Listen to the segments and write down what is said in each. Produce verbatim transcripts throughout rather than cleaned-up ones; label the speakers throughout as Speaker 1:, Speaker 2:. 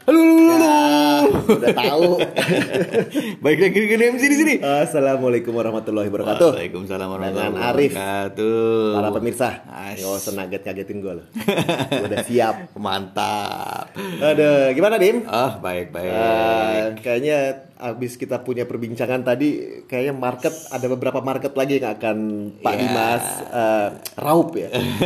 Speaker 1: Halo, halo, halo.
Speaker 2: Ya, udah tahu.
Speaker 1: Baik lagi dengan M C di sini.
Speaker 2: Assalamualaikum warahmatullahi wabarakatuh.
Speaker 1: Waalaikumsalam warahmatullahi
Speaker 2: Dengan Arif.
Speaker 1: wabarakatuh.
Speaker 2: Para pemirsa,
Speaker 1: As-
Speaker 2: nggak usah ngaget-ngagetin gue loh. Gue udah siap.
Speaker 1: Mantap.
Speaker 2: Aduh, gimana Dim?
Speaker 1: Ah, baik baik.
Speaker 2: Eh, kayaknya abis kita punya perbincangan tadi, kayaknya market ada beberapa market lagi yang akan Pak
Speaker 1: Ya.
Speaker 2: Dimas eh, raup ya.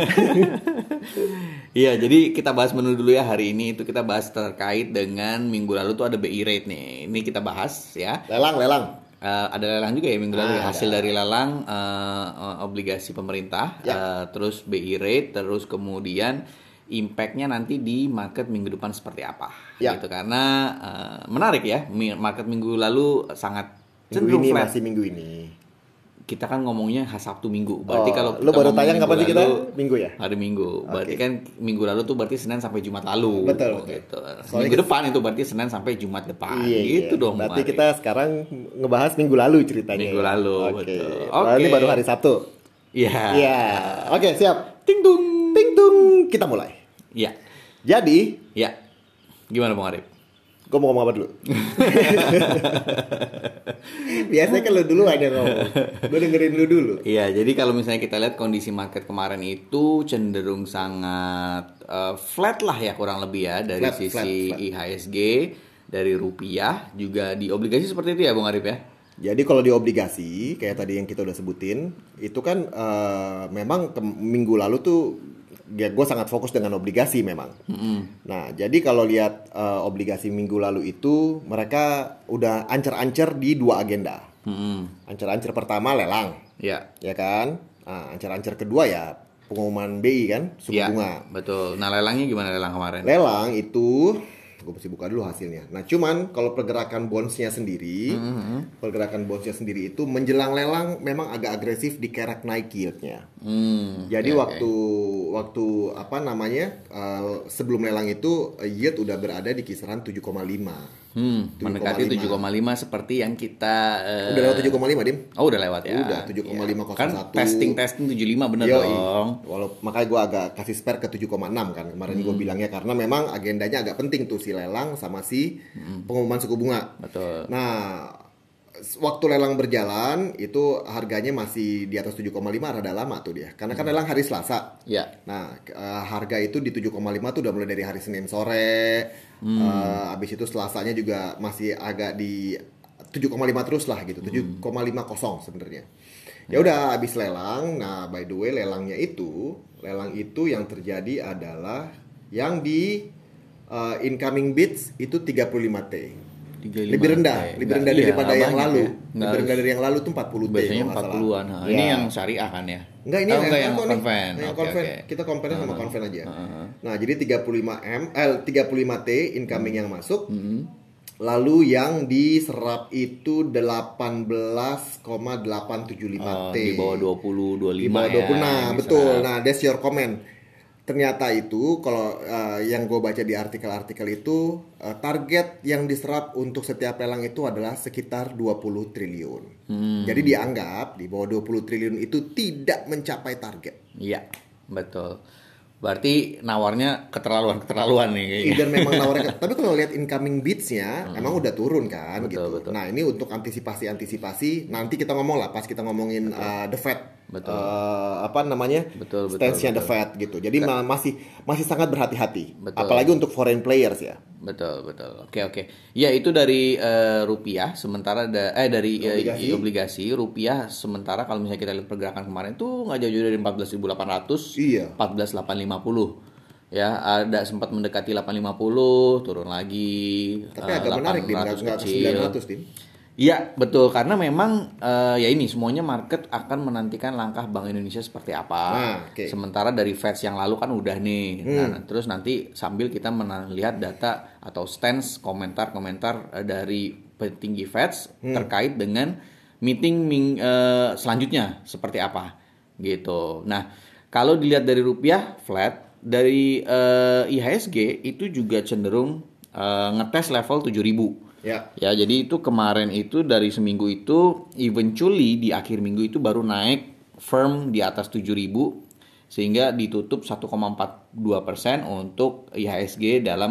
Speaker 1: Iya, jadi kita bahas menu dulu ya hari ini. Itu kita bahas terkait dengan minggu lalu tuh ada B I rate nih. Ini kita bahas ya.
Speaker 2: Lelang, lelang.
Speaker 1: Eh, ada lelang juga ya minggu lalu ya.
Speaker 2: Ah,
Speaker 1: Hasil
Speaker 2: ada.
Speaker 1: dari lelang eh, eh, obligasi pemerintah,
Speaker 2: Ya.
Speaker 1: eh, terus B I rate, terus kemudian impact-nya nanti di market minggu depan seperti apa.
Speaker 2: Ya.
Speaker 1: Gitu karena eh, menarik ya. Mi- Market minggu lalu sangat
Speaker 2: Minggu
Speaker 1: cenderung
Speaker 2: ini
Speaker 1: flat.
Speaker 2: masih minggu ini.
Speaker 1: Kita kan ngomongnya hari Sabtu Minggu. Berarti
Speaker 2: Oh,
Speaker 1: kalau
Speaker 2: lu
Speaker 1: kita
Speaker 2: baru
Speaker 1: ngomong
Speaker 2: tayang
Speaker 1: minggu
Speaker 2: kapan sih kita?
Speaker 1: lalu,
Speaker 2: Minggu ya?
Speaker 1: Hari Minggu. Berarti
Speaker 2: Oke.
Speaker 1: kan minggu lalu tuh berarti Senin sampai Jumat lalu.
Speaker 2: Betul, betul.
Speaker 1: Gitu.
Speaker 2: Soalnya
Speaker 1: Minggu
Speaker 2: kita-
Speaker 1: depan itu berarti Senin sampai Jumat depan.
Speaker 2: Iya,
Speaker 1: gitu
Speaker 2: iya.
Speaker 1: dong.
Speaker 2: Berarti
Speaker 1: Bang
Speaker 2: kita sekarang ngebahas minggu lalu ceritanya.
Speaker 1: Minggu
Speaker 2: ya?
Speaker 1: lalu,
Speaker 2: Oke.
Speaker 1: betul.
Speaker 2: Nah, ini
Speaker 1: Oke.
Speaker 2: baru hari Sabtu.
Speaker 1: Iya.
Speaker 2: Iya. Oke, siap.
Speaker 1: Ting tung.
Speaker 2: Ting tung, kita mulai.
Speaker 1: Iya.
Speaker 2: Jadi,
Speaker 1: Iya. Gimana Bang Arif?
Speaker 2: gue mau ngomong apa dulu? Biasanya kan lu dulu ada ngomong. Gue dengerin lu dulu.
Speaker 1: Iya, jadi kalau misalnya kita lihat kondisi market kemarin itu cenderung sangat eh, flat lah ya kurang lebih ya dari
Speaker 2: Flat,
Speaker 1: sisi
Speaker 2: flat, flat.
Speaker 1: I H S G, dari rupiah, juga di obligasi seperti itu ya Bang Arif ya.
Speaker 2: Jadi kalau di obligasi, kayak tadi yang kita udah sebutin, itu kan eh, memang ke- minggu lalu tuh ya gue sangat fokus dengan obligasi memang. Nah, jadi kalau lihat eh, obligasi minggu lalu itu mereka udah ancer-ancer di dua agenda.
Speaker 1: Mm-mm.
Speaker 2: Ancer-ancer pertama lelang,
Speaker 1: Ya.
Speaker 2: ya kan? Nah, ancer-ancer kedua ya pengumuman B I kan, suku
Speaker 1: Ya,
Speaker 2: bunga.
Speaker 1: betul. Nah, lelangnya gimana lelang kemarin?
Speaker 2: Lelang itu gue mesti buka dulu hasilnya. Nah, cuman kalau pergerakan bondsnya sendiri, pergerakan bondsnya sendiri itu menjelang lelang memang agak agresif dikerek naik yieldnya.
Speaker 1: Hmm,
Speaker 2: Jadi
Speaker 1: oke,
Speaker 2: waktu waktu apa namanya uh, sebelum lelang itu uh, yield udah berada di kisaran tujuh koma lima.
Speaker 1: Hmm,
Speaker 2: tujuh koma
Speaker 1: mendekati
Speaker 2: lima.
Speaker 1: tujuh koma lima seperti yang kita eh,
Speaker 2: Udah lewat tujuh koma lima, Dim.
Speaker 1: Oh, udah lewat ya.
Speaker 2: Udah, tujuh koma lima nol satu.
Speaker 1: Kan testing-testing tujuh puluh lima bener
Speaker 2: Yoi.
Speaker 1: dong.
Speaker 2: Walau makanya gue agak kasih spare ke tujuh koma enam kan kemarin gue bilangnya karena memang agendanya agak penting tuh si lelang sama si pengumuman suku bunga.
Speaker 1: Betul.
Speaker 2: Nah, s- waktu lelang berjalan itu harganya masih di atas tujuh koma lima rada lama tuh dia. Karena kan lelang hari Selasa.
Speaker 1: Ya.
Speaker 2: Nah, k- eh, harga itu di tujuh koma lima tuh udah mulai dari hari Senin sore. Eh, habis itu Selasanya juga masih agak di tujuh koma lima terus lah gitu. tujuh koma lima nol sebenarnya. Ya udah habis lelang. Nah, by the way lelangnya itu, lelang itu yang terjadi adalah yang di eh, incoming bids itu tiga puluh lima T.
Speaker 1: tiga puluh lima
Speaker 2: Lebih rendah,
Speaker 1: T.
Speaker 2: lebih
Speaker 1: Nggak-
Speaker 2: rendah
Speaker 1: iya,
Speaker 2: daripada
Speaker 1: nggak
Speaker 2: yang
Speaker 1: banyak
Speaker 2: lalu.
Speaker 1: ya.
Speaker 2: Lebih
Speaker 1: Nggak-
Speaker 2: rendah dari yang lalu tuh empat puluh T.
Speaker 1: Biasanya
Speaker 2: kalau nggak
Speaker 1: empat
Speaker 2: salah.
Speaker 1: puluhan. Nah,
Speaker 2: Ya.
Speaker 1: ini yang syariah kan ya?
Speaker 2: Enggak, ini
Speaker 1: Oh,
Speaker 2: yang,
Speaker 1: enggak, yang
Speaker 2: konven.
Speaker 1: konven.
Speaker 2: Yang
Speaker 1: Oke,
Speaker 2: konven.
Speaker 1: oke.
Speaker 2: Kita konvennya sama konven aja.
Speaker 1: Uh-huh.
Speaker 2: Nah, jadi tiga puluh lima M, eh, tiga puluh lima T incoming yang masuk.
Speaker 1: Hmm.
Speaker 2: Lalu yang diserap itu delapan belas koma delapan tujuh lima
Speaker 1: Oh,
Speaker 2: T.
Speaker 1: di bawah dua puluh, dua puluh
Speaker 2: Di
Speaker 1: lima
Speaker 2: bawah dua puluh.
Speaker 1: ya.
Speaker 2: Nah,
Speaker 1: yang
Speaker 2: betul.
Speaker 1: diserap.
Speaker 2: Nah, that's your comment. Ternyata itu kalau eh, yang gue baca di artikel-artikel itu eh, target yang diserap untuk setiap lelang itu adalah sekitar dua puluh triliun.
Speaker 1: Hmm.
Speaker 2: Jadi dianggap di bawah dua puluh triliun itu tidak mencapai target.
Speaker 1: Iya, betul. Berarti nawarnya keterlaluan-keterlaluan nih kayaknya.
Speaker 2: Dan memang nawarnya, tapi kalau lihat incoming bids-nya emang udah turun kan
Speaker 1: Betul,
Speaker 2: gitu.
Speaker 1: betul.
Speaker 2: Nah, ini untuk antisipasi-antisipasi nanti kita ngomong lah pas kita ngomongin uh, the Fed.
Speaker 1: Betul.
Speaker 2: Uh, apa namanya?
Speaker 1: Betul, betul,
Speaker 2: Stance-nya the
Speaker 1: betul.
Speaker 2: Fed gitu. Jadi ma- masih masih sangat berhati-hati.
Speaker 1: Betul.
Speaker 2: Apalagi untuk foreign players ya.
Speaker 1: Betul, betul. Oke, oke. Ya, itu dari eh, rupiah sementara da- eh dari eh,
Speaker 2: Obligasi.
Speaker 1: obligasi rupiah sementara kalau misalnya kita lihat pergerakan kemarin tuh nggak jauh-jauh dari empat belas ribu delapan ratus,
Speaker 2: Iya.
Speaker 1: empat belas ribu delapan ratus lima puluh. Ya, ada sempat mendekati delapan ratus lima puluh, turun lagi.
Speaker 2: Tapi
Speaker 1: eh,
Speaker 2: agak menarik, Dim. Nggak
Speaker 1: delapan ratus
Speaker 2: nggak ke
Speaker 1: kecil.
Speaker 2: sembilan ratus, Dim.
Speaker 1: Iya, betul, karena memang eh, ya ini semuanya market akan menantikan langkah Bank Indonesia seperti apa.
Speaker 2: Nah, oke.
Speaker 1: Sementara dari Fed yang lalu kan udah nih. Nah, terus nanti sambil kita melihat data atau stance komentar-komentar eh, dari petinggi Fed terkait dengan meeting ming- eh, selanjutnya seperti apa gitu. Nah, kalau dilihat dari rupiah flat, dari eh, I H S G itu juga cenderung eh, ngetes level tujuh ribu.
Speaker 2: Ya.
Speaker 1: Ya, jadi itu kemarin itu dari seminggu itu eventually di akhir minggu itu baru naik firm di atas tujuh ribu sehingga ditutup satu koma empat dua persen untuk I H S G dalam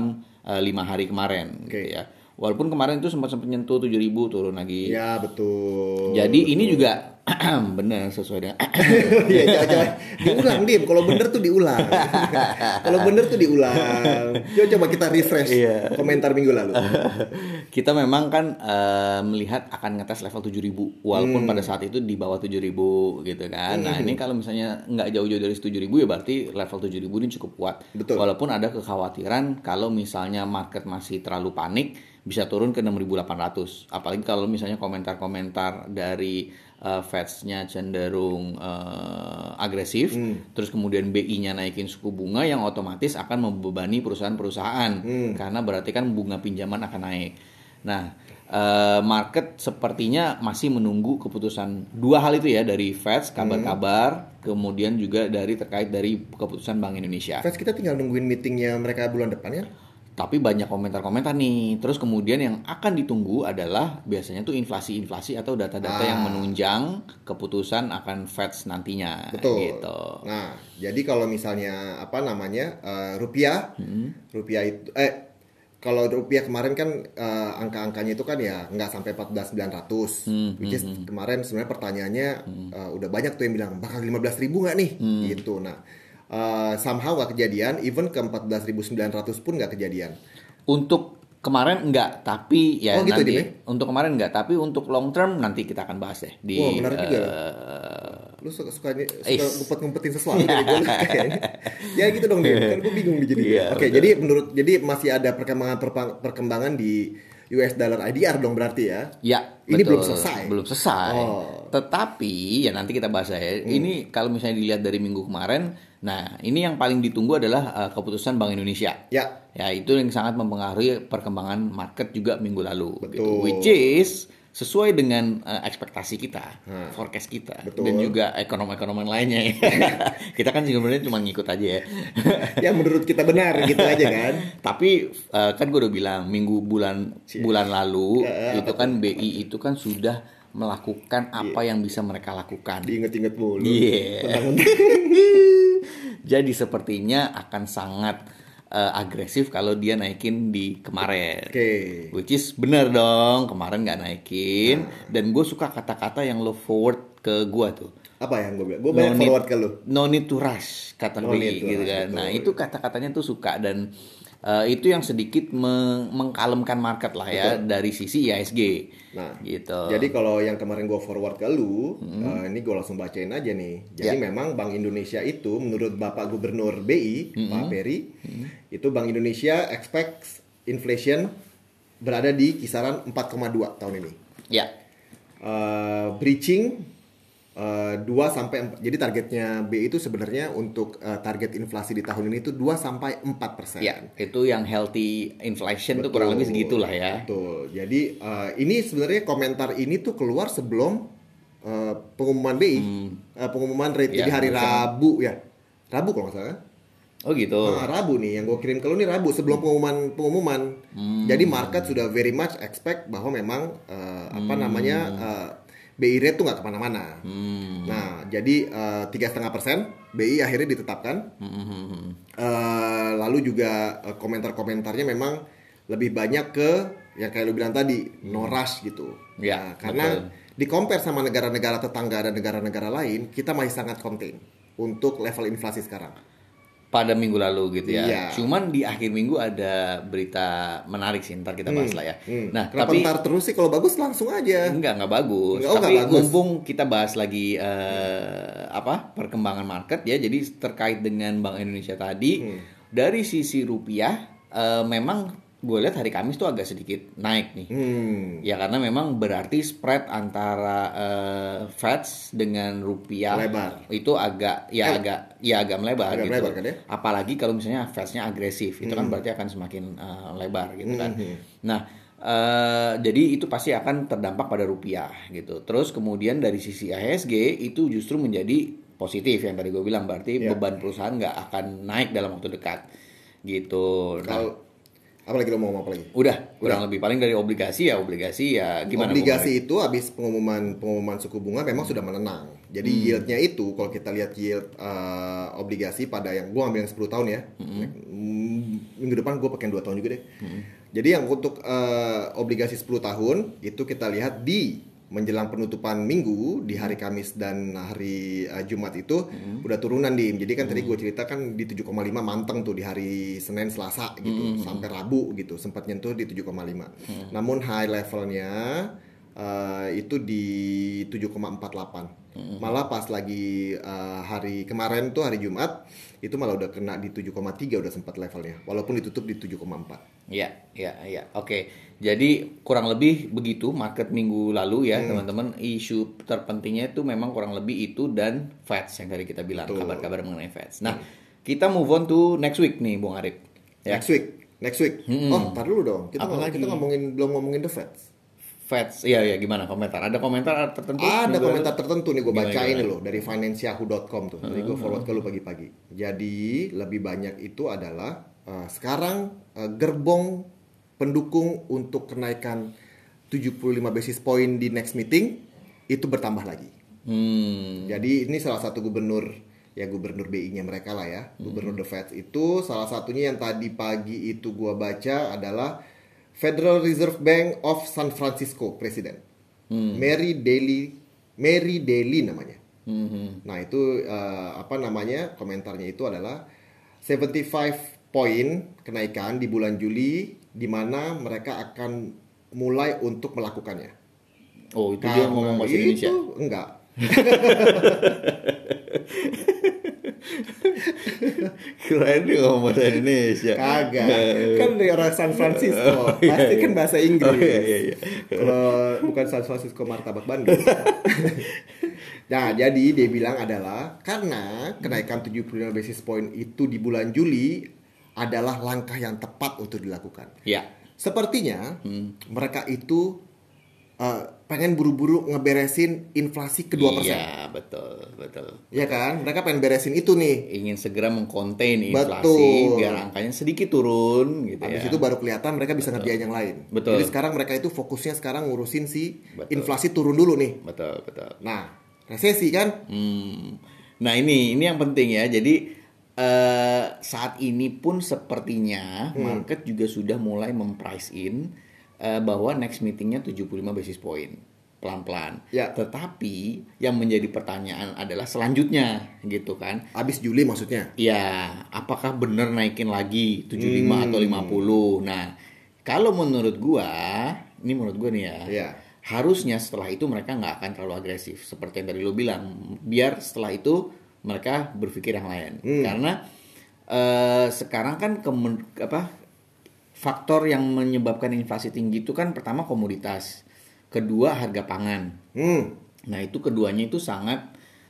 Speaker 1: uh, lima hari kemarin
Speaker 2: okay.
Speaker 1: gitu ya. Walaupun kemarin itu sempat sempat nyentuh tujuh ribu turun lagi.
Speaker 2: Ya betul.
Speaker 1: Jadi
Speaker 2: betul.
Speaker 1: ini juga benar sesuai dengan.
Speaker 2: Iya coba-coba diulang Dim. Kalau bener tuh diulang. Kalau bener tuh diulang. Coba coba kita refresh iya. komentar minggu lalu.
Speaker 1: Kita memang kan uh, melihat akan ngetes level tujuh ribu walaupun hmm. pada saat itu di bawah tujuh ribu gitu kan. Hmm. Nah, ini kalau misalnya nggak jauh-jauh dari tujuh ribu ya berarti level tujuh ribu ini cukup kuat. Betul. Walaupun ada kekhawatiran kalau misalnya market masih terlalu panik bisa turun ke enam ribu delapan ratus. Apalagi kalau misalnya komentar-komentar dari uh, Fed-nya cenderung uh, agresif, hmm. terus kemudian B I-nya naikin suku bunga yang otomatis akan membebani perusahaan-perusahaan hmm. karena berarti kan bunga pinjaman akan naik. Nah, uh, market sepertinya masih menunggu keputusan dua hal itu ya dari Fed, kabar-kabar, hmm. kemudian juga dari terkait dari keputusan Bank Indonesia.
Speaker 2: Fed kita tinggal nungguin meetingnya mereka bulan depan ya.
Speaker 1: Tapi banyak komentar-komentar nih. Terus kemudian yang akan ditunggu adalah biasanya tuh inflasi-inflasi atau data-data ah. yang menunjang keputusan akan Fed nantinya.
Speaker 2: Betul.
Speaker 1: Gitu.
Speaker 2: Nah, jadi kalau misalnya apa namanya uh, rupiah, hmm. rupiah itu, eh kalau rupiah kemarin kan uh, angka-angkanya itu kan ya nggak sampai empat belas sembilan ratus. Hmm. Which is hmm. kemarin sebenarnya pertanyaannya hmm. uh, udah banyak tuh yang bilang bakal lima belas ribu nggak nih? Hmm. Gitu. Nah. Uh, somehow gak kejadian, even ke empat belas ribu sembilan ratus pun gak kejadian.
Speaker 1: Untuk kemarin enggak, tapi ya
Speaker 2: oh, gitu,
Speaker 1: nanti
Speaker 2: Dime?
Speaker 1: Untuk kemarin enggak, tapi untuk long term nanti kita akan bahas deh di.
Speaker 2: Wah, menarik juga. Uh, Lu suka suka, suka ngumpet-ngumpetin sesuatu dari gue kayaknya. Ya gitu dong dia, kan gue bingung di jadi. Yeah, Oke, okay, jadi menurut jadi masih ada perkembangan perkembangan di U S dollar I D R dong berarti ya?
Speaker 1: Ya,
Speaker 2: ini
Speaker 1: betul.
Speaker 2: belum selesai.
Speaker 1: Belum selesai.
Speaker 2: Oh.
Speaker 1: Tetapi ya nanti kita bahas ya. Hmm. Ini kalau misalnya dilihat dari minggu kemarin, nah ini yang paling ditunggu adalah uh, keputusan Bank Indonesia.
Speaker 2: Ya.
Speaker 1: Ya itu yang sangat mempengaruhi perkembangan market juga minggu lalu.
Speaker 2: Betul.
Speaker 1: Gitu. Which is sesuai dengan uh, ekspektasi kita, hmm. forecast kita,
Speaker 2: betul.
Speaker 1: Dan juga ekonom-ekonoman lainnya. Ya. Kita kan sebenarnya cuma ngikut aja ya.
Speaker 2: Ya menurut kita benar gitu aja kan.
Speaker 1: Tapi uh, kan gue udah bilang minggu bulan bulan lalu ya, itu kan B I itu kan sudah melakukan apa yeah. yang bisa mereka lakukan.
Speaker 2: Diinget-inget mulu.
Speaker 1: Iya. Yeah. Jadi sepertinya akan sangat Uh, agresif kalau dia naikin di kemarin,
Speaker 2: okay.
Speaker 1: which is bener dong, kemarin nggak naikin, nah. Dan gue suka kata-kata yang lo forward ke gue tuh.
Speaker 2: Apa yang gue bilang? Gue banyak no forward ke lo.
Speaker 1: No need to rush, kata no B I gitu kan. Betul. Nah itu kata-katanya tuh suka dan uh, itu yang sedikit meng- mengkalemkan market lah ya. Betul. Dari sisi I H S G.
Speaker 2: Nah,
Speaker 1: gitu.
Speaker 2: Jadi kalau yang kemarin gue forward ke lu, hmm. uh, ini gue langsung bacain aja nih. Jadi yeah. memang Bank Indonesia itu, menurut Bapak Gubernur B I, hmm. Pak Peri, hmm. itu Bank Indonesia expects inflation berada di kisaran empat koma dua tahun ini.
Speaker 1: Ya. Yeah.
Speaker 2: Uh, breaching uh, dua sampai empat. Jadi targetnya B I itu sebenarnya untuk uh, target inflasi di tahun ini itu dua sampai empat persen.
Speaker 1: Ya, itu yang healthy inflation itu kurang lebih segitulah ya.
Speaker 2: Betul. Jadi uh, ini sebenarnya komentar ini tuh keluar sebelum uh, pengumuman B I, hmm. uh, pengumuman rate. Ya, jadi hari betul. Rabu ya. Rabu kalau nggak salah kan?
Speaker 1: Oh gitu.
Speaker 2: Nah, Rabu nih yang gue kirim ke lu nih Rabu sebelum pengumuman pengumuman. Hmm. Jadi market sudah very much expect bahwa memang uh, apa hmm. namanya uh, B I rate tuh nggak kemana-mana. Hmm. Nah, jadi tiga setengah persen B I akhirnya ditetapkan. Hmm. Uh, lalu juga uh, komentar-komentarnya memang lebih banyak ke yang kayak lu bilang tadi, hmm. no rush gitu.
Speaker 1: Ya,
Speaker 2: nah, karena di compare sama negara-negara tetangga dan negara-negara lain, kita masih sangat contain untuk level inflasi sekarang.
Speaker 1: Pada minggu lalu gitu ya.
Speaker 2: Iya.
Speaker 1: Cuman di akhir minggu ada berita menarik sih, ntar kita bahas hmm. lah ya.
Speaker 2: Hmm. Nah, kenapa tapi ntar terus sih kalau bagus langsung aja.
Speaker 1: Enggak, enggak bagus.
Speaker 2: Enggak,
Speaker 1: tapi
Speaker 2: enggak bagus.
Speaker 1: Mumpung kita bahas lagi uh, hmm. apa? Perkembangan market ya. Jadi terkait dengan Bank Indonesia tadi hmm. dari sisi rupiah uh, memang gue lihat hari Kamis tuh agak sedikit naik nih. Hmm. Ya karena memang berarti spread antara uh, Feds dengan rupiah
Speaker 2: lebar.
Speaker 1: Itu agak ya eh, agak ya agak melebar
Speaker 2: agak
Speaker 1: gitu.
Speaker 2: Melebar, kan, ya? Apalagi
Speaker 1: kalau misalnya Feds-nya agresif, itu hmm. kan berarti akan semakin uh, lebar gitu kan.
Speaker 2: Hmm.
Speaker 1: Nah, uh, jadi itu pasti akan terdampak pada rupiah gitu. Terus kemudian dari sisi I H S G itu justru menjadi positif yang tadi gue bilang, berarti yeah. beban perusahaan nggak akan naik dalam waktu dekat gitu.
Speaker 2: Kalau apa lagi lo mau ngomong apa lagi?
Speaker 1: Udah, kurang Udah. lebih paling dari obligasi ya obligasi ya gimana?
Speaker 2: Obligasi itu habis pengumuman pengumuman suku bunga memang sudah menenang. Jadi hmm. yieldnya itu kalau kita lihat yield uh, obligasi pada yang gua ambil yang sepuluh tahun ya, hmm. minggu depan gue pakai dua tahun juga deh. Hmm. Jadi yang untuk uh, obligasi sepuluh tahun itu kita lihat di menjelang penutupan minggu di hari Kamis dan hari uh, Jumat itu hmm. udah turunan Dim. Jadi kan hmm. tadi gue cerita kan di tujuh koma lima manteng tuh di hari Senin Selasa gitu hmm. sampai Rabu gitu sempat nyentuh di tujuh koma lima. Hmm. Namun high levelnya uh, itu di tujuh koma empat delapan. Hmm. Malah pas lagi uh, hari kemarin tuh hari Jumat itu malah udah kena di tujuh koma tiga udah sempat levelnya walaupun ditutup di tujuh koma empat.
Speaker 1: Iya, iya, iya. Oke. Jadi kurang lebih begitu market minggu lalu ya, hmm. teman-teman. Isu terpentingnya itu memang kurang lebih itu dan Feds yang tadi kita bilang, Tuh. kabar-kabar mengenai Feds. Nah, hmm. kita move on to next week nih, Bung Arif.
Speaker 2: Ya. Next week. Next week. Hmm. Oh, tar dulu dong. Kita ngomong, kita ngomongin belum ngomongin the Feds.
Speaker 1: Feds, iya ya gimana komentar? Ada komentar tertentu?
Speaker 2: Ada komentar tertentu nih gue bacain nih loh dari finance yahoo dot com tuh. Jadi gue forward ke lu pagi-pagi. Jadi lebih banyak itu adalah uh, sekarang uh, gerbong pendukung untuk kenaikan tujuh puluh lima basis point di next meeting itu bertambah lagi. Hmm. Jadi ini salah satu gubernur ya gubernur B I-nya mereka lah ya, hmm. gubernur The Fed itu salah satunya yang tadi pagi itu gue baca adalah Federal Reserve Bank of San Francisco Presiden hmm. Mary Daly Mary Daly namanya. Hmm. Nah itu uh, apa namanya komentarnya itu adalah tujuh puluh lima poin kenaikan di bulan Juli di mana mereka akan mulai untuk melakukannya.
Speaker 1: Oh itu Karena dia ngomong bahasa Indonesia?
Speaker 2: Enggak.
Speaker 1: Kirain dia ngomong bahasa Indonesia.
Speaker 2: Kagak. Kan dari orang San Francisco. Oh, iya, Pasti iya. kan bahasa Inggris. Oh, iya, iya, iya. Kalau bukan San Francisco martabak Bandung. Nah, jadi dia bilang adalah karena kenaikan tujuh puluh lima basis point itu di bulan Juli adalah langkah yang tepat untuk dilakukan.
Speaker 1: Ya.
Speaker 2: Sepertinya hmm. mereka itu uh, pengen buru-buru ngeberesin inflasi ke dua persen.
Speaker 1: Iya, betul, betul.
Speaker 2: Iya kan? Mereka pengen beresin itu nih.
Speaker 1: Ingin segera mengkonten inflasi betul. biar angkanya sedikit turun gitu.
Speaker 2: Habis
Speaker 1: ya.
Speaker 2: itu baru kelihatan mereka bisa betul. ngerjain yang lain.
Speaker 1: Betul.
Speaker 2: Jadi sekarang mereka itu fokusnya sekarang ngurusin si betul. inflasi turun dulu nih.
Speaker 1: Betul, betul.
Speaker 2: Nah, resesi kan?
Speaker 1: Hmm. Nah, ini ini yang penting ya. Jadi uh, saat ini pun sepertinya hmm. market juga sudah mulai memprice in uh, bahwa next meetingnya tujuh puluh lima basis point pelan-pelan. Ya. Tetapi yang menjadi pertanyaan adalah selanjutnya gitu kan.
Speaker 2: Habis Juli maksudnya?
Speaker 1: Ya, apakah benar naikin lagi tujuh puluh lima hmm. atau lima puluh? Nah, kalau menurut gua, ini menurut gua nih ya. Ya. Harusnya setelah itu mereka nggak akan terlalu agresif seperti yang tadi lo bilang, biar setelah itu mereka berpikir yang lain hmm. karena uh, sekarang kan kemen, apa faktor yang menyebabkan inflasi tinggi itu kan pertama komoditas, kedua harga pangan. hmm. Nah itu keduanya itu sangat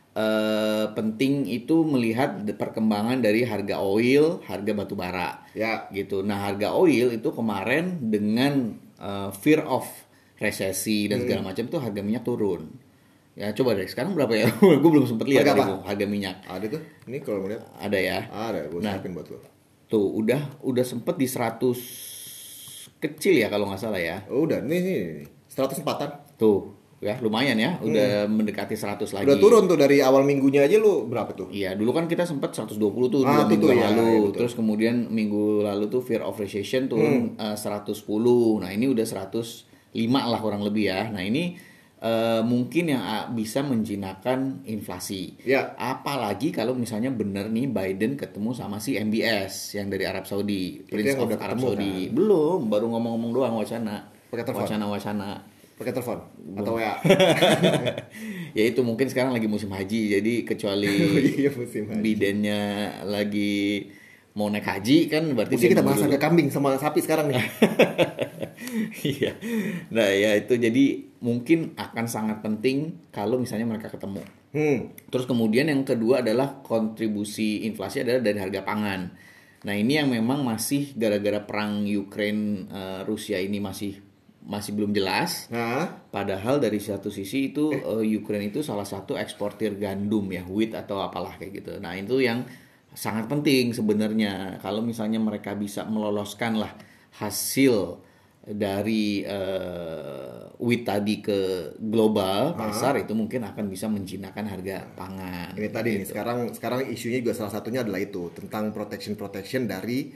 Speaker 1: uh, penting itu melihat perkembangan dari harga oil, harga batu bara ya. gitu. Nah harga oil itu kemarin dengan uh, fear of resesi dan segala hmm. macam tuh harga minyak turun. Ya coba deh sekarang berapa ya? Gue belum sempat lihat harga, harga minyak.
Speaker 2: Ada tuh. Ini kalau mau lihat.
Speaker 1: Ada ya.
Speaker 2: Ada. Gue
Speaker 1: nah,
Speaker 2: siapin buat lo.
Speaker 1: Tuh udah udah sempet di seratus kecil ya kalau nggak salah ya.
Speaker 2: Oh, udah nih nih seratus empatan.
Speaker 1: Tuh ya lumayan ya. Udah hmm. mendekati seratus lagi.
Speaker 2: Udah turun tuh dari awal minggunya aja lu berapa tuh?
Speaker 1: Iya dulu kan kita sempet seratus dua puluh tuh
Speaker 2: ah,
Speaker 1: dua minggu
Speaker 2: ya,
Speaker 1: lalu.
Speaker 2: Ya,
Speaker 1: Terus kemudian minggu lalu tuh fear of recession turun hmm. uh, seratus sepuluh. Nah ini udah seratus lima lah kurang lebih ya. Nah ini uh, mungkin yang uh, bisa menjinakkan inflasi.
Speaker 2: Ya.
Speaker 1: Apalagi kalau misalnya bener nih Biden ketemu sama si M B S yang dari Arab Saudi,
Speaker 2: itu
Speaker 1: Prince of Arab Saudi. Kan? Belum, baru ngomong-ngomong doang wacana. Wacana-wacana.
Speaker 2: Pakai telepon atau W A.
Speaker 1: Ya itu mungkin sekarang lagi musim haji, jadi kecuali
Speaker 2: oh, iya, musim haji.
Speaker 1: Bidennya lagi mau naik haji kan berarti
Speaker 2: mesti kita bahas harga kambing sama sapi sekarang nih.
Speaker 1: Iya. Nah ya itu jadi mungkin akan sangat penting kalau misalnya mereka ketemu. Hmm. Terus kemudian yang kedua adalah kontribusi inflasi adalah dari harga pangan. Nah ini yang memang masih gara-gara perang Ukraine uh, Rusia ini masih masih belum jelas. Nah. Padahal dari satu sisi itu eh. uh, Ukraine itu salah satu eksportir gandum ya, wheat atau apalah kayak gitu. Nah itu yang sangat penting sebenarnya kalau misalnya mereka bisa meloloskan lah hasil dari uh, wheat tadi ke global pasar, itu mungkin akan bisa menjinakkan harga pangan.
Speaker 2: Ini tadi gitu. nih sekarang sekarang isunya juga salah satunya adalah itu tentang protection protection dari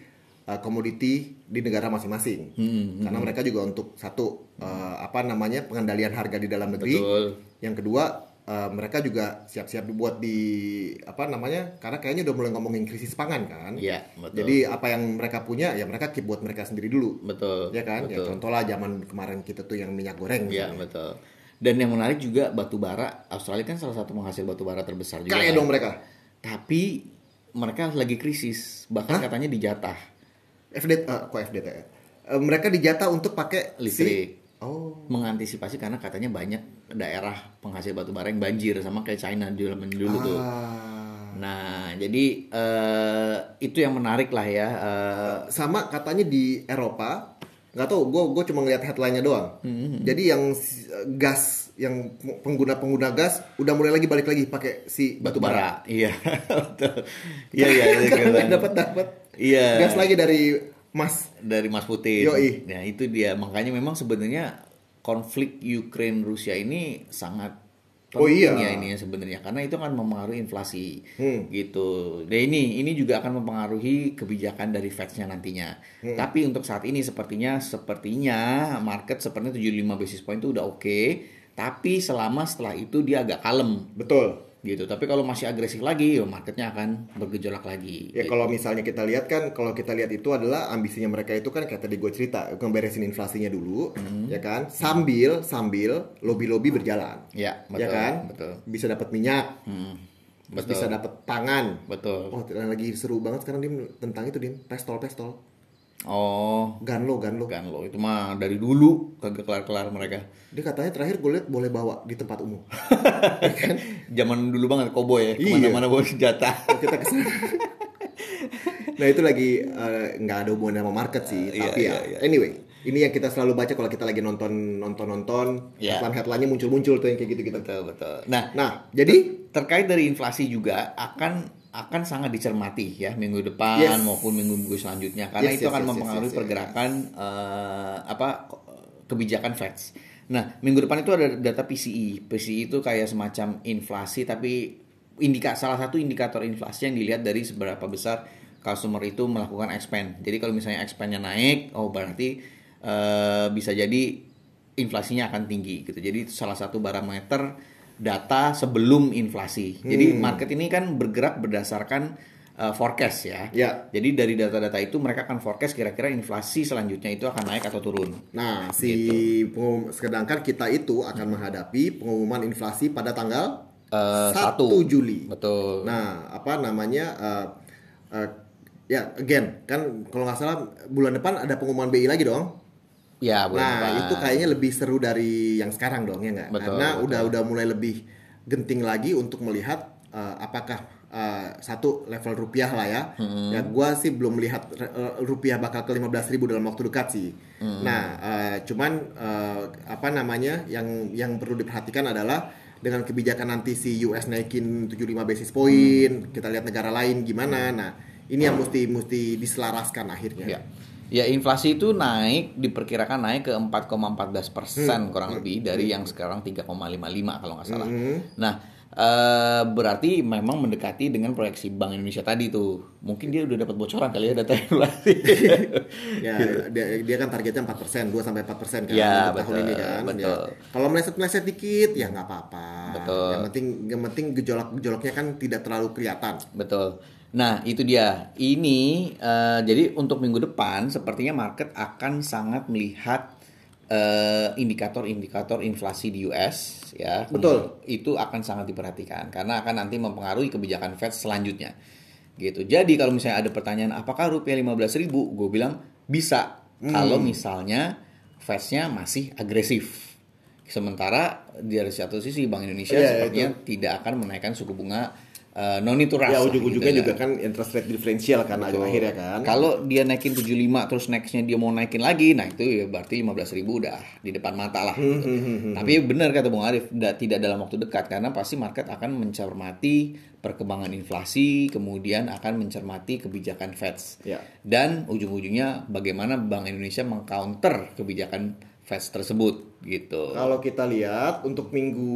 Speaker 2: uh, komoditi di negara masing-masing. Hmm, Karena hmm. mereka juga untuk satu uh, apa namanya pengendalian harga di dalam negeri.
Speaker 1: Betul.
Speaker 2: Yang kedua uh, mereka juga siap-siap dibuat di apa namanya karena kayaknya udah mulai ngomongin krisis pangan kan.
Speaker 1: Iya, betul.
Speaker 2: Jadi apa yang mereka punya ya mereka keep buat mereka sendiri dulu.
Speaker 1: Betul.
Speaker 2: Ya kan?
Speaker 1: Betul.
Speaker 2: Ya contoh lah zaman kemarin kita tuh yang minyak goreng.
Speaker 1: Iya, betul. Dan yang menarik juga batu bara. Australia kan salah satu penghasil batu bara terbesar juga.
Speaker 2: Kaya
Speaker 1: kan?
Speaker 2: dong mereka.
Speaker 1: Tapi mereka lagi krisis, bahkan Hah? katanya dijatah.
Speaker 2: F D T, uh, kok F D T? Uh, mereka dijatah untuk pakai
Speaker 1: listrik.
Speaker 2: Si... Oh.
Speaker 1: Mengantisipasi karena katanya banyak daerah penghasil batu bara yang banjir sama kayak China di zaman dulu ah. tuh. Nah, jadi uh, itu yang menarik lah ya. Uh,
Speaker 2: sama katanya di Eropa, nggak tahu, gue gue cuma ngeliat headline-nya doang. Mm-hmm. Jadi yang gas, yang pengguna-pengguna gas udah mulai lagi balik lagi pakai si batu bara.
Speaker 1: Iya, betul. Iya, iya.
Speaker 2: Karena dapat dapat.
Speaker 1: Iya.
Speaker 2: Gas lagi dari Mas.
Speaker 1: Dari Mas Putin.
Speaker 2: Yoi.
Speaker 1: Nah, itu dia. Makanya memang sebenarnya konflik Ukraine Rusia ini sangat penting oh, iya. ya ini sebenarnya karena itu akan mempengaruhi inflasi hmm. gitu. Dan ini ini juga akan mempengaruhi kebijakan dari Fed-nya nantinya. Hmm. Tapi untuk saat ini sepertinya sepertinya market sepertinya tujuh puluh lima basis point itu udah oke. Okay, tapi selama setelah itu dia agak kalem. Betul. Gitu. Tapi kalau masih agresif lagi, ya marketnya akan bergejolak lagi.
Speaker 2: Ya gitu. Kalau misalnya kita lihat kan, kalau kita lihat itu adalah ambisinya mereka itu kan kayak tadi gue cerita, ngeberesin inflasinya dulu, hmm. ya kan, sambil sambil lobby-lobby berjalan,
Speaker 1: ya, betul,
Speaker 2: ya kan,
Speaker 1: betul.
Speaker 2: Bisa dapat minyak, hmm. betul. Bisa dapat pangan,
Speaker 1: betul.
Speaker 2: Oh, lagi seru banget sekarang Dim tentang itu Dim, pestol pestol.
Speaker 1: Oh,
Speaker 2: Ganlo, Ganlo.
Speaker 1: Ganlo itu mah dari dulu kagak kelar-kelar mereka.
Speaker 2: Dia katanya terakhir gue lihat boleh bawa di tempat umum.
Speaker 1: Kan? Zaman dulu banget koboi ya, kemana-mana bawa senjata.
Speaker 2: Oh, kita kesana. Nah itu lagi nggak uh, ada hubungan sama market sih, uh, tapi iya, ya. Iya, iya. Anyway, ini yang kita selalu baca kalau kita lagi nonton nonton nonton, yeah. headline-headline-nya muncul-muncul tuh yang kayak gitu-gitu.
Speaker 1: Betul betul. Nah,
Speaker 2: nah jadi
Speaker 1: terkait dari inflasi juga akan akan sangat dicermati ya minggu depan yes. maupun minggu-minggu selanjutnya karena yes, itu yes, akan yes, mempengaruhi yes, yes, pergerakan yes. Uh, apa kebijakan Fed. Nah minggu depan itu ada data P C E. P C E itu kayak semacam inflasi tapi indika salah satu indikator inflasi yang dilihat dari seberapa besar customer itu melakukan expand. Jadi kalau misalnya expandnya naik, oh berarti uh, bisa jadi inflasinya akan tinggi gitu. Jadi itu salah satu barometer data sebelum inflasi. Hmm. Jadi market ini kan bergerak berdasarkan uh, forecast ya.
Speaker 2: ya.
Speaker 1: Jadi dari data-data itu mereka akan forecast kira-kira inflasi selanjutnya itu akan naik atau turun.
Speaker 2: Nah, si gitu. pengum- sedangkan kita itu akan hmm. menghadapi pengumuman inflasi pada tanggal uh, satu Juli.
Speaker 1: Betul.
Speaker 2: Nah, apa namanya? Uh, uh, ya, again, kan kalau nggak salah bulan depan ada pengumuman B I lagi dong.
Speaker 1: Ya,
Speaker 2: nah depan. Itu kayaknya lebih seru dari yang sekarang dong ya nggak? Karena betul. udah udah mulai lebih genting lagi untuk melihat uh, apakah uh, satu level rupiah lah ya. Hmm. Ya gue sih belum melihat uh, rupiah bakal ke lima belas ribu dalam waktu dekat sih. Hmm. Nah uh, cuman uh, apa namanya yang yang perlu diperhatikan adalah dengan kebijakan nanti si U S naikin tujuh puluh lima basis point, hmm. kita lihat negara lain gimana. Nah ini yang mesti mesti diselaraskan akhirnya.
Speaker 1: Ya. Ya inflasi itu naik, diperkirakan naik ke empat koma satu empat persen hmm. kurang lebih dari yang sekarang tiga koma lima lima kalau nggak salah. Hmm. Nah uh, berarti memang mendekati dengan proyeksi Bank Indonesia tadi tuh. Mungkin dia udah dapat bocoran kali ya data inflasi.
Speaker 2: Ya dia, dia kan targetnya empat persen, dua sampai empat persen kan
Speaker 1: ya,
Speaker 2: untuk
Speaker 1: betul,
Speaker 2: tahun ini kan.
Speaker 1: Betul.
Speaker 2: Ya. Kalau meleset-meleset dikit ya nggak apa-apa.
Speaker 1: Betul.
Speaker 2: Yang penting yang penting gejolak-gejolaknya kan tidak terlalu kelihatan.
Speaker 1: Betul. Nah itu dia, ini uh, jadi untuk minggu depan sepertinya market akan sangat melihat uh, indikator-indikator inflasi di U S ya.
Speaker 2: Betul.
Speaker 1: Itu akan sangat diperhatikan karena akan nanti mempengaruhi kebijakan Fed selanjutnya gitu. Jadi kalau misalnya ada pertanyaan apakah rupiah lima belas ribu, gue bilang bisa hmm. kalau misalnya Fed-nya masih agresif. Sementara dari satu sisi Bank Indonesia yeah, sepertinya itu. tidak akan menaikkan suku bunga Uh, non itu rasa.
Speaker 2: Ya ujung-ujungnya gitu, juga kan interest rate differential kan akhirnya kan.
Speaker 1: Kalau dia naikin tujuh puluh lima terus nextnya dia mau naikin lagi, nah itu ya berarti lima belas ribu udah di depan mata lah. Gitu. Tapi benar kata Bung Arif, tidak dalam waktu dekat karena pasti market akan mencermati perkembangan inflasi, kemudian akan mencermati kebijakan Fed.
Speaker 2: Ya.
Speaker 1: Dan ujung-ujungnya bagaimana Bank Indonesia mengcounter kebijakan Fed tersebut gitu.
Speaker 2: Kalau kita lihat untuk minggu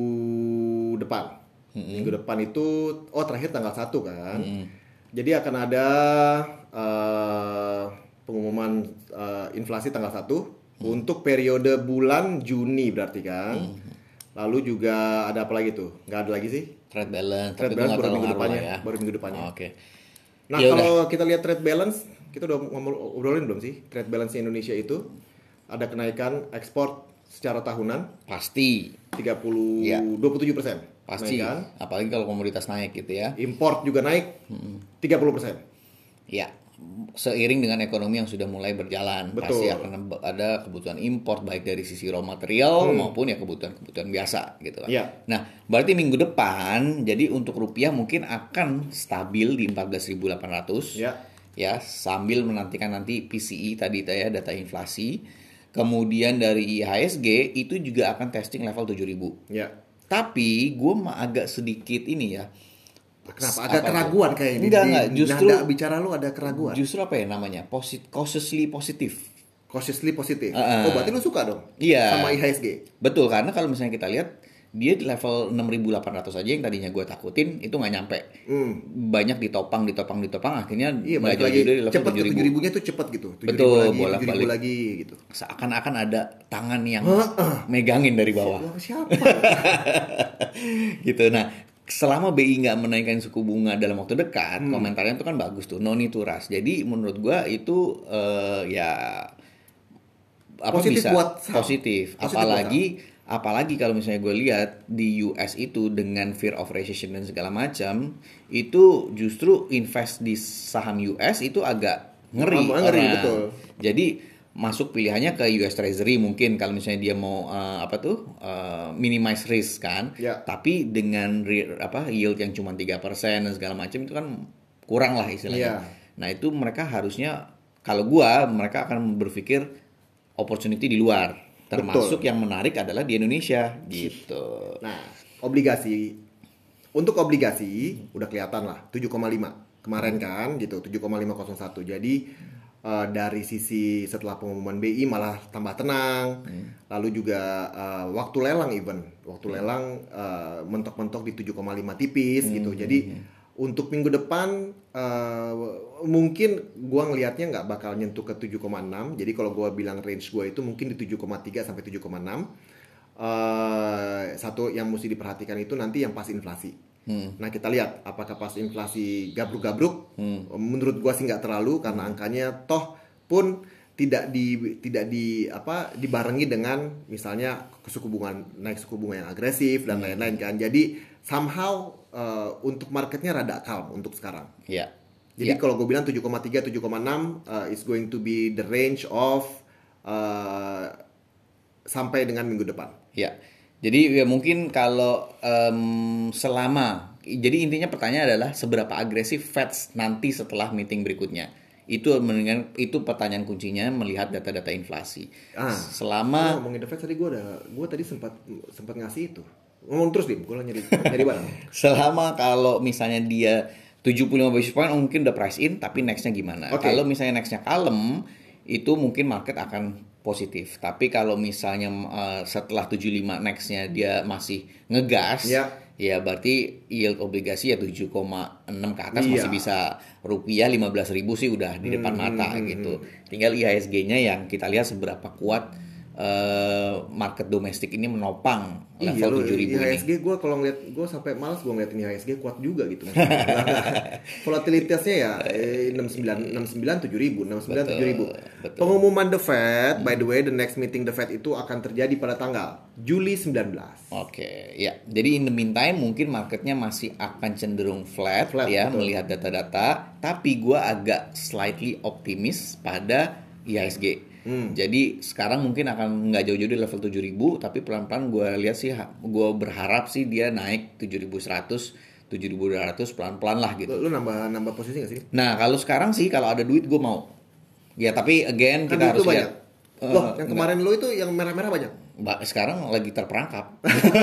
Speaker 2: depan Mm-hmm. minggu depan itu oh terakhir tanggal satu kan. Mm-hmm. Jadi akan ada uh, pengumuman uh, inflasi tanggal satu hmm. untuk periode bulan Juni berarti kan. Hmm. Lalu juga ada apa lagi tuh? Nggak ada lagi sih?
Speaker 1: Trade balance.
Speaker 2: Trade balance baru minggu depannya. Ya. Baru minggu depannya.
Speaker 1: Oh, Oke. Okay.
Speaker 2: Nah ya kalau udah. Kita lihat trade balance, kita udah ngobrolin belum sih? Trade balance Indonesia itu ada kenaikan ekspor secara tahunan.
Speaker 1: Pasti.
Speaker 2: tiga puluh, ya. dua puluh tujuh persen.
Speaker 1: Pasti. Kenaikan. Apalagi kalau komoditas naik gitu ya.
Speaker 2: Import juga naik hmm. tiga puluh persen.
Speaker 1: Ya. Seiring dengan ekonomi yang sudah mulai berjalan,
Speaker 2: betul.
Speaker 1: Pasti akan ada kebutuhan impor baik dari sisi raw material hmm. maupun ya kebutuhan-kebutuhan biasa gitu kan.
Speaker 2: Ya.
Speaker 1: Nah, berarti minggu depan jadi untuk rupiah mungkin akan stabil di empat belas ribu delapan ratus
Speaker 2: ya.
Speaker 1: Ya, sambil menantikan nanti P C E tadi ya data inflasi. Kemudian dari I H S G itu juga akan testing level tujuh ribu.
Speaker 2: Ya.
Speaker 1: Tapi gue mah agak sedikit ini ya.
Speaker 2: Kenapa? Ada keraguan kayak ini.
Speaker 1: Enggak, enggak. Justru
Speaker 2: nada bicara lu ada keraguan.
Speaker 1: Justru apa ya namanya? Posit, cautiously positif.
Speaker 2: Cautiously positif.
Speaker 1: Uh,
Speaker 2: oh, berarti lu suka dong?
Speaker 1: Iya.
Speaker 2: Sama I H S G.
Speaker 1: Betul, karena kalau misalnya kita lihat dia di level enam ribu delapan ratus aja yang tadinya gue takutin itu nggak nyampe. Hmm. Banyak ditopang, ditopang, ditopang akhirnya
Speaker 2: iya, nggak jauh dari level tujuh ribu. tujuh ribunya tuh cepet gitu.
Speaker 1: Betul,
Speaker 2: bolak balik. tujuh ribu lagi gitu.
Speaker 1: Seakan-akan ada tangan yang huh? uh. megangin dari bawah.
Speaker 2: Siapa?
Speaker 1: Gitu. Nah, selama B I nggak menaikkan suku bunga dalam waktu dekat, hmm. komentarnya itu kan bagus tuh, no need to rush. Jadi menurut gue itu uh, ya apa
Speaker 2: positif
Speaker 1: bisa
Speaker 2: buat
Speaker 1: positif. positif. Apalagi apalagi kalau misalnya gue lihat di U S itu dengan fear of recession dan segala macam, itu justru invest di saham U S itu agak ngeri.
Speaker 2: Oh, ngeri betul.
Speaker 1: Jadi masuk pilihannya ke U S Treasury mungkin kalau misalnya dia mau uh, apa tuh uh, minimize risk kan,
Speaker 2: ya.
Speaker 1: Tapi dengan re, apa yield yang cuma tiga persen dan segala macam itu kan kurang lah istilahnya.
Speaker 2: Ya.
Speaker 1: Nah itu mereka harusnya kalau gua mereka akan berpikir opportunity di luar, termasuk betul. Yang menarik adalah di Indonesia gitu.
Speaker 2: Nah obligasi untuk obligasi udah kelihatan lah tujuh koma lima kemarin kan gitu tujuh koma lima nol satu jadi Uh, dari sisi setelah pengumuman B I malah tambah tenang, hmm. lalu juga uh, waktu lelang even waktu hmm. lelang uh, mentok-mentok di tujuh koma lima tipis hmm. gitu. Jadi hmm. untuk minggu depan uh, mungkin gua ngelihatnya nggak bakal nyentuh ke tujuh koma enam. Jadi kalau gua bilang range gua itu mungkin di tujuh koma tiga sampai tujuh koma enam. Uh, satu yang mesti diperhatikan itu nanti yang pas inflasi. Hmm. Nah kita lihat apakah pas inflasi gabruk-gabruk, hmm. menurut gua sih nggak terlalu karena angkanya toh pun tidak di tidak di apa dibarengi dengan misalnya suku bunga naik suku bunga yang agresif dan hmm. lain-lain kan. Jadi somehow uh, untuk marketnya rada calm untuk sekarang.
Speaker 1: Ya. Yeah.
Speaker 2: Jadi
Speaker 1: yeah.
Speaker 2: kalau gue bilang tujuh koma tiga tujuh koma enam uh, is going to be the range of uh, sampai dengan minggu depan.
Speaker 1: Ya. Yeah. Jadi ya mungkin kalau um, selama, jadi intinya pertanyaan adalah seberapa agresif Fed nanti setelah meeting berikutnya. Itu mendingan itu pertanyaan kuncinya melihat data-data inflasi.
Speaker 2: Ah,
Speaker 1: selama
Speaker 2: oh, ngomongin The Fed tadi gue ada, gue tadi sempat sempat ngasih itu. Ngomong terus Dim, gue nyari nyari barang.
Speaker 1: Selama kalau misalnya dia tujuh puluh lima basis point mungkin udah price in, tapi nextnya gimana? Okay. Kalau misalnya nextnya kalem, itu mungkin market akan positif. Tapi kalau misalnya uh, setelah tujuh puluh lima nextnya dia masih ngegas,
Speaker 2: ya,
Speaker 1: ya berarti yield obligasi ya tujuh koma enam ke atas,
Speaker 2: iya.
Speaker 1: Masih bisa rupiah lima belas ribu sih udah di depan hmm, mata hmm, gitu. Hmm. Tinggal I H S G-nya yang kita lihat seberapa kuat uh, market domestik ini menopang level tujuh ribu ini.
Speaker 2: I H S G gue kalau ngeliat, gue sampai malas gue ngeliatin I H S G kuat juga gitu. Volatilitasnya ya enam puluh sembilan tujuh ribu, enam puluh sembilan tujuh ribu. Pengumuman The Fed, hmm. by the way, the next meeting The Fed itu akan terjadi pada tanggal Juli sembilan belas.
Speaker 1: Oke, okay, ya. Jadi in the meantime mungkin marketnya masih akan cenderung flat, flat ya, betul. Melihat data-data. Tapi gue agak slightly optimis pada I H S G. Hmm. Jadi sekarang mungkin akan nggak jauh-jauh di level tujuh ribu, tapi pelan-pelan gue lihat sih, gue berharap sih dia naik tujuh ribu seratus, tujuh ribu dua ratus pelan-pelan lah gitu.
Speaker 2: Lu, lu nambah nambah posisi nggak sih?
Speaker 1: Nah kalau sekarang sih kalau ada duit gue mau. Ya tapi again kan kita harus lihat.
Speaker 2: Loh, yang kemarin enggak. Lu itu yang merah-merah banyak.
Speaker 1: Mbak sekarang lagi terperangkap.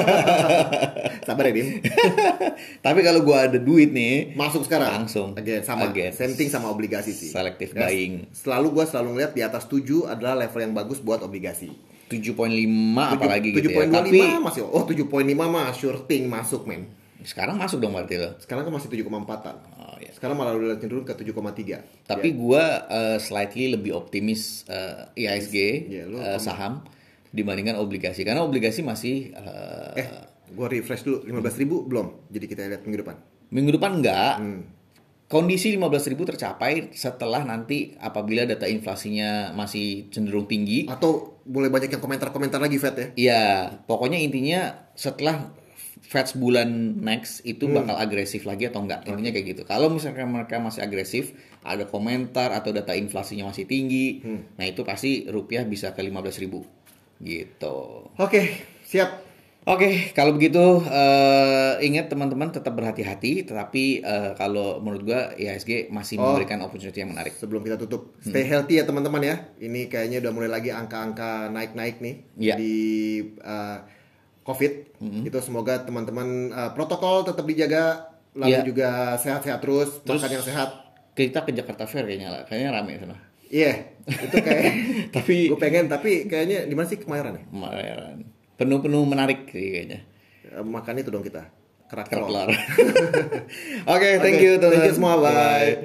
Speaker 2: Sabar ya, Dim.
Speaker 1: Tapi kalau gue ada duit nih,
Speaker 2: masuk sekarang.
Speaker 1: Langsung.
Speaker 2: Again, sama.
Speaker 1: Again.
Speaker 2: Same thing sama obligasi sih.
Speaker 1: Selective
Speaker 2: ya,
Speaker 1: buying.
Speaker 2: Selalu gue selalu ngeliat di atas tujuh adalah level yang bagus buat obligasi.
Speaker 1: tujuh koma lima apalagi gitu ya.
Speaker 2: tujuh koma lima masih. Oh, tujuh koma lima mah sure thing masuk, men.
Speaker 1: Sekarang masuk dong berarti lo.
Speaker 2: Sekarang kan masih tujuh koma empat-an.
Speaker 1: Oh, iya.
Speaker 2: Sekarang malah udah cenderung ke tujuh koma tiga.
Speaker 1: Tapi
Speaker 2: Ya.
Speaker 1: gua uh, slightly lebih optimis uh, I H S G
Speaker 2: Ya, lu
Speaker 1: uh, saham dibandingkan obligasi karena obligasi masih uh,
Speaker 2: Eh, gua refresh dulu lima belas ribu belum. Jadi kita lihat minggu depan.
Speaker 1: minggu depan enggak.
Speaker 2: Hmm.
Speaker 1: Kondisi lima belas ribu tercapai setelah nanti apabila data inflasinya masih cenderung tinggi.
Speaker 2: Atau boleh banyak yang komentar-komentar lagi Fed ya.
Speaker 1: Iya, pokoknya intinya setelah Fed bulan next itu bakal agresif lagi atau enggak. Intinya kayak gitu. Kalau misalkan mereka masih agresif, ada komentar atau data inflasinya masih tinggi, nah itu pasti rupiah bisa ke lima belas ribu. Gitu.
Speaker 2: Oke, siap.
Speaker 1: Oke, kalau begitu eh, ingat teman-teman tetap berhati-hati. Tetapi eh, kalau menurut gua I H S G masih
Speaker 2: Oh.
Speaker 1: memberikan opportunity yang menarik.
Speaker 2: Sebelum kita tutup, stay healthy ya teman-teman ya. Ini kayaknya udah mulai lagi angka-angka naik-naik nih
Speaker 1: Iya.
Speaker 2: di uh, COVID. Itu semoga teman-teman uh, protokol tetap dijaga, lalu
Speaker 1: Iya.
Speaker 2: juga sehat-sehat terus,
Speaker 1: Terus-
Speaker 2: makan yang sehat.
Speaker 1: Kita ke Jakarta Fair kayaknya lah, kayaknya rame sana.
Speaker 2: Iya, itu kayak
Speaker 1: Tapi
Speaker 2: gue pengen, tapi kayaknya di mana sih Kemayoran ya?
Speaker 1: kemarin penuh-penuh menarik sih kayaknya.
Speaker 2: Eh, Makan itu dong kita, kerak
Speaker 1: Kerak
Speaker 2: telur.
Speaker 1: telur. Oke, thank
Speaker 2: Oke,
Speaker 1: you teman-teman.
Speaker 2: thank you semua, bye.